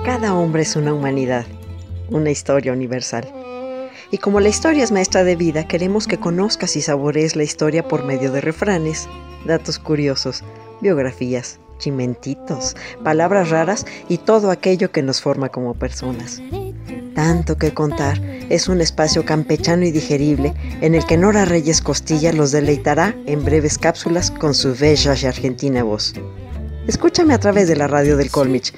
Cada hombre es una humanidad, una historia universal. Y como la historia es maestra de vida, queremos que conozcas y saborees la historia por medio de refranes, datos curiosos, biografías, chimentitos, palabras raras y todo aquello que nos forma como personas. Tanto que contar es un espacio campechano y digerible en el que Nora Reyes Costilla los deleitará en breves cápsulas con su bella y argentina voz. Escúchame a través de la Radio del Colmich,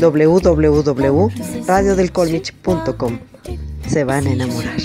www.radiodelcolmich.com. Se van a enamorar.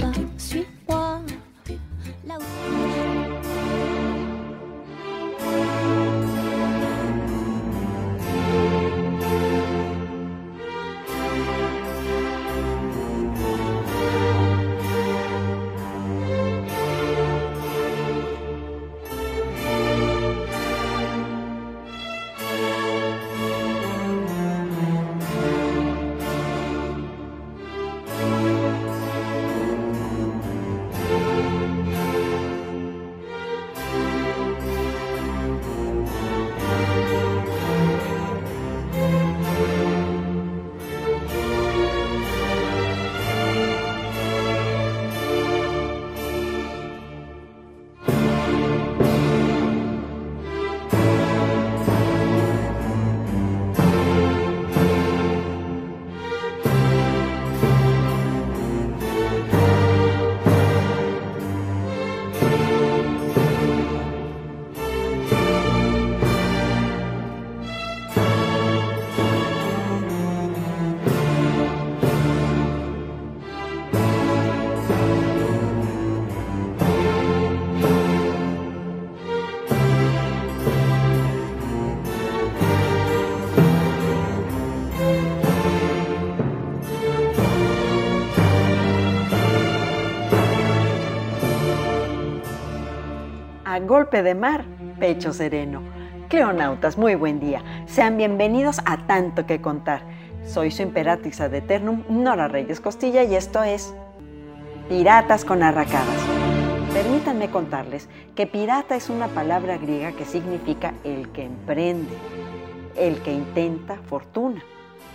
A golpe de mar, pecho sereno. Cleonautas, muy buen día. Sean bienvenidos a Tanto que Contar. Soy su imperatrix ad eternum, Nora Reyes Costilla, y esto es Piratas con Arracadas. Permítanme contarles que pirata es una palabra griega que significa el que emprende, el que intenta fortuna.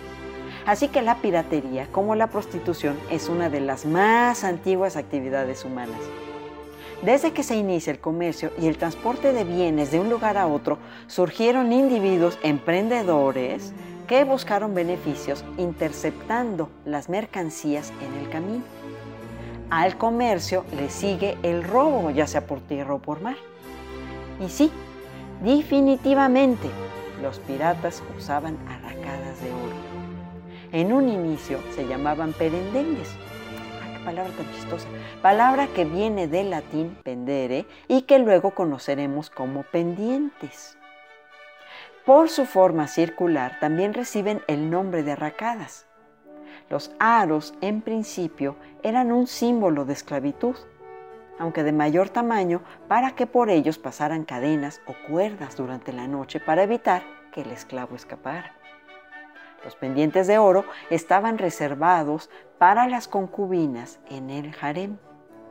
Así que la piratería, como la prostitución, es una de las más antiguas actividades humanas. Desde que se inicia el comercio y el transporte de bienes de un lugar a otro, surgieron individuos emprendedores que buscaron beneficios interceptando las mercancías en el camino. Al comercio le sigue el robo, ya sea por tierra o por mar. Y sí, definitivamente, los piratas usaban arracadas de oro. En un inicio se llamaban perendengues. Palabra tan chistosa, palabra que viene del latín pendere y que luego conoceremos como pendientes. Por su forma circular también reciben el nombre de arracadas. Los aros, en principio, eran un símbolo de esclavitud, aunque de mayor tamaño, para que por ellos pasaran cadenas o cuerdas durante la noche para evitar que el esclavo escapara. Los pendientes de oro estaban reservados para las concubinas en el harem.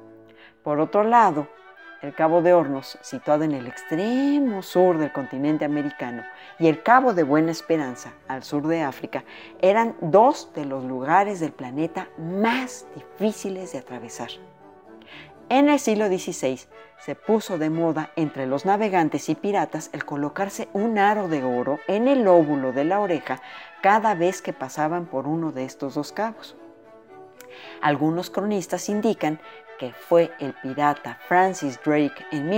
Por otro lado, el Cabo de Hornos, situado en el extremo sur del continente americano, y el Cabo de Buena Esperanza, al sur de África, eran dos de los lugares del planeta más difíciles de atravesar. En el siglo XVI se puso de moda entre los navegantes y piratas el colocarse un aro de oro en el lóbulo de la oreja cada vez que pasaban por uno de estos dos cabos. Algunos cronistas indican que fue el pirata Francis Drake en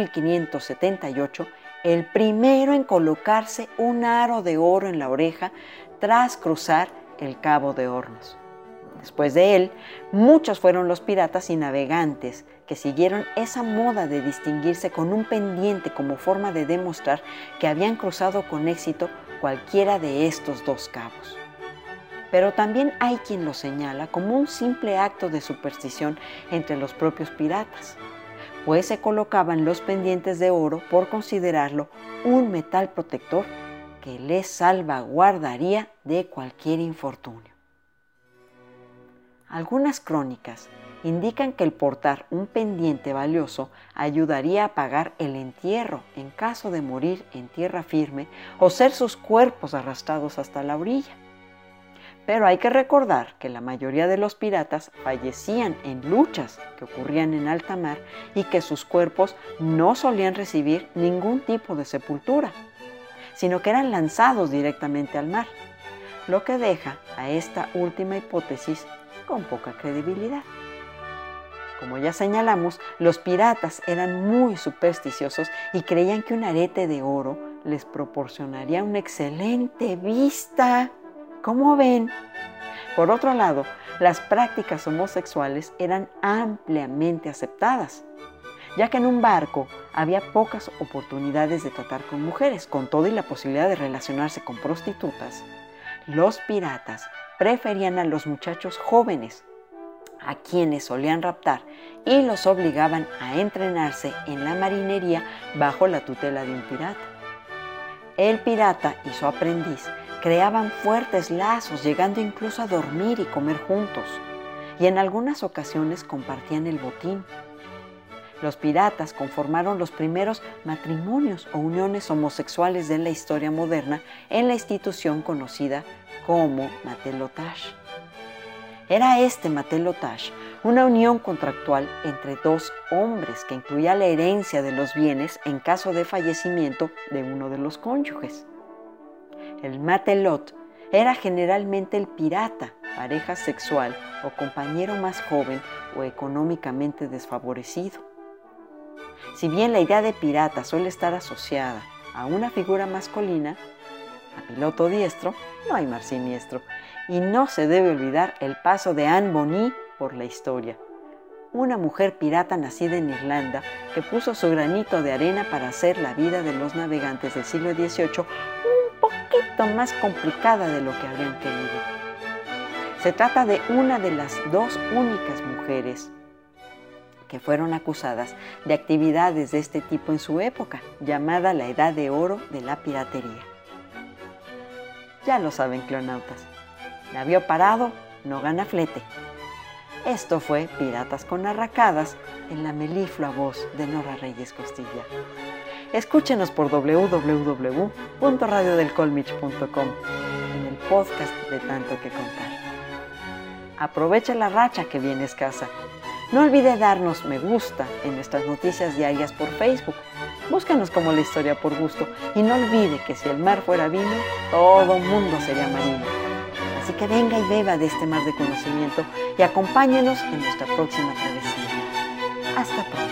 1578 el primero en colocarse un aro de oro en la oreja tras cruzar el Cabo de Hornos. Después de él, muchos fueron los piratas y navegantes que siguieron esa moda de distinguirse con un pendiente como forma de demostrar que habían cruzado con éxito cualquiera de estos dos cabos. Pero también hay quien lo señala como un simple acto de superstición entre los propios piratas, pues se colocaban los pendientes de oro por considerarlo un metal protector que les salvaguardaría de cualquier infortunio. Algunas crónicas indican que el portar un pendiente valioso ayudaría a pagar el entierro en caso de morir en tierra firme o ser sus cuerpos arrastrados hasta la orilla. Pero hay que recordar que la mayoría de los piratas fallecían en luchas que ocurrían en alta mar y que sus cuerpos no solían recibir ningún tipo de sepultura, sino que eran lanzados directamente al mar, lo que deja a esta última hipótesis con poca credibilidad. Como ya señalamos, los piratas eran muy supersticiosos y creían que un arete de oro les proporcionaría una excelente vista. ¿Cómo ven? Por otro lado, las prácticas homosexuales eran ampliamente aceptadas, ya que en un barco había pocas oportunidades de tratar con mujeres, con todo y la posibilidad de relacionarse con prostitutas. Los piratas preferían a los muchachos jóvenes, a quienes solían raptar y los obligaban a entrenarse en la marinería bajo la tutela de un pirata. El pirata y su aprendiz creaban fuertes lazos, llegando incluso a dormir y comer juntos, y en algunas ocasiones compartían el botín. Los piratas conformaron los primeros matrimonios o uniones homosexuales de la historia moderna en la institución conocida como matelotage. Era este matelotage una unión contractual entre dos hombres que incluía la herencia de los bienes en caso de fallecimiento de uno de los cónyuges. El matelot era generalmente el pirata, pareja sexual o compañero más joven o económicamente desfavorecido. Si bien la idea de pirata suele estar asociada a una figura masculina, a piloto diestro no hay mar siniestro, y no se debe olvidar el paso de Anne Bonny por la historia, una mujer pirata nacida en Irlanda que puso su granito de arena para hacer la vida de los navegantes del siglo XVIII un poquito más complicada de lo que habrían querido. Se trata de una de las dos únicas mujeres que fueron acusadas de actividades de este tipo en su época, llamada la Edad de Oro de la Piratería. Ya lo saben, cleonautas, navío parado no gana flete. Esto fue Piratas con Arracadas en la meliflua voz de Nora Reyes Costilla. Escúchenos por www.radiodelcolmich.com en el podcast de Tanto que Contar. Aprovecha la racha que viene escasa. No olvide darnos me gusta en nuestras noticias diarias por Facebook. Búscanos como La Historia por Gusto y no olvide que si el mar fuera vino, todo mundo sería marino. Así que venga y beba de este mar de conocimiento y acompáñenos en nuestra próxima travesía. Hasta pronto.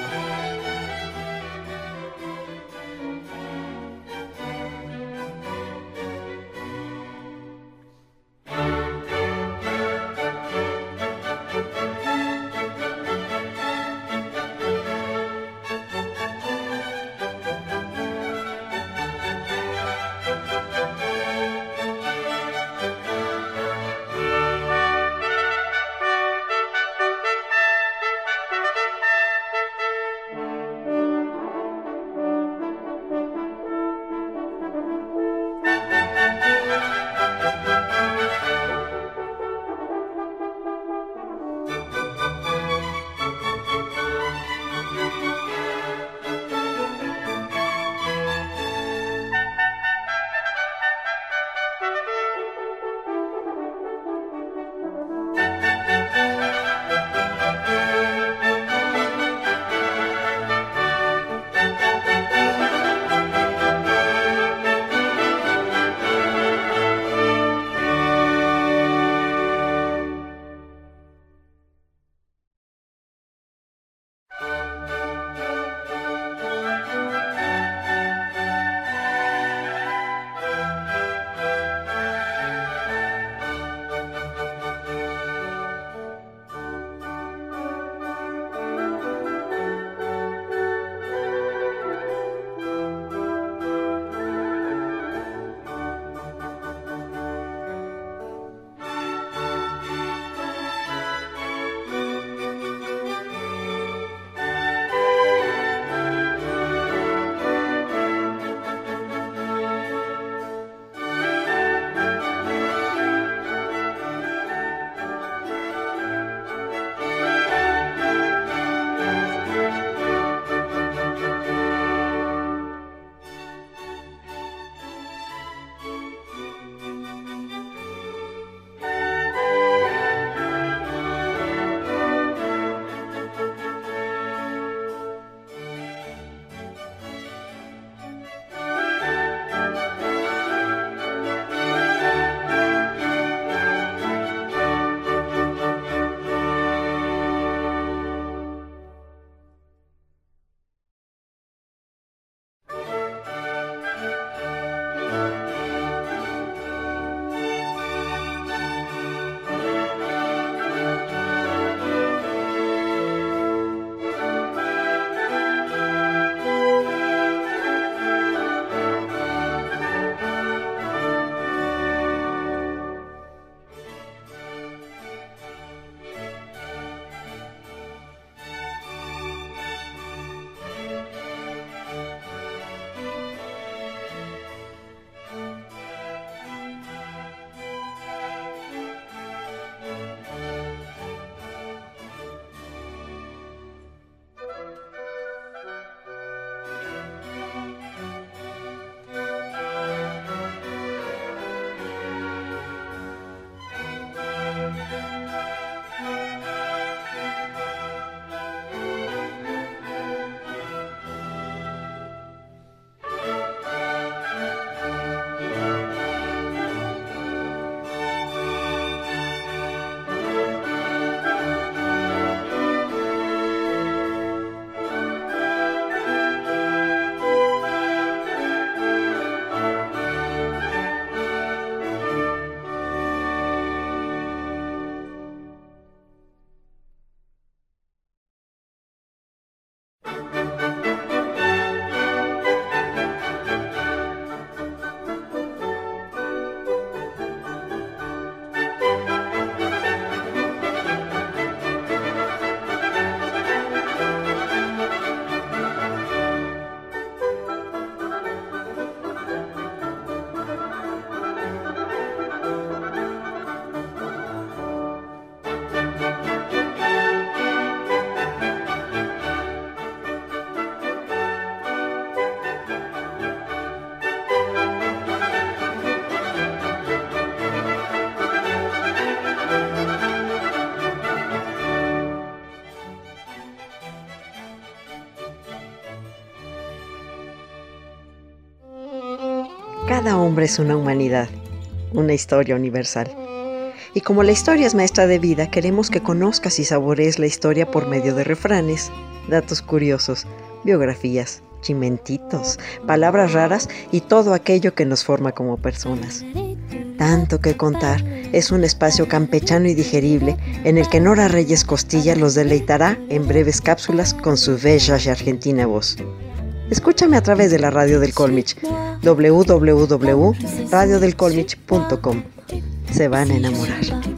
hombre es una humanidad, una historia universal. Y como la historia es maestra de vida, queremos que conozcas y saborees la historia por medio de refranes, datos curiosos, biografías, chimentitos, palabras raras y todo aquello que nos forma como personas. Tanto que contar es un espacio campechano y digerible en el que Nora Reyes Costilla los deleitará en breves cápsulas con su bella y argentina voz. Escúchame a través de la Radio del Colmich, www.radiodelcolmich.com. Se van a enamorar.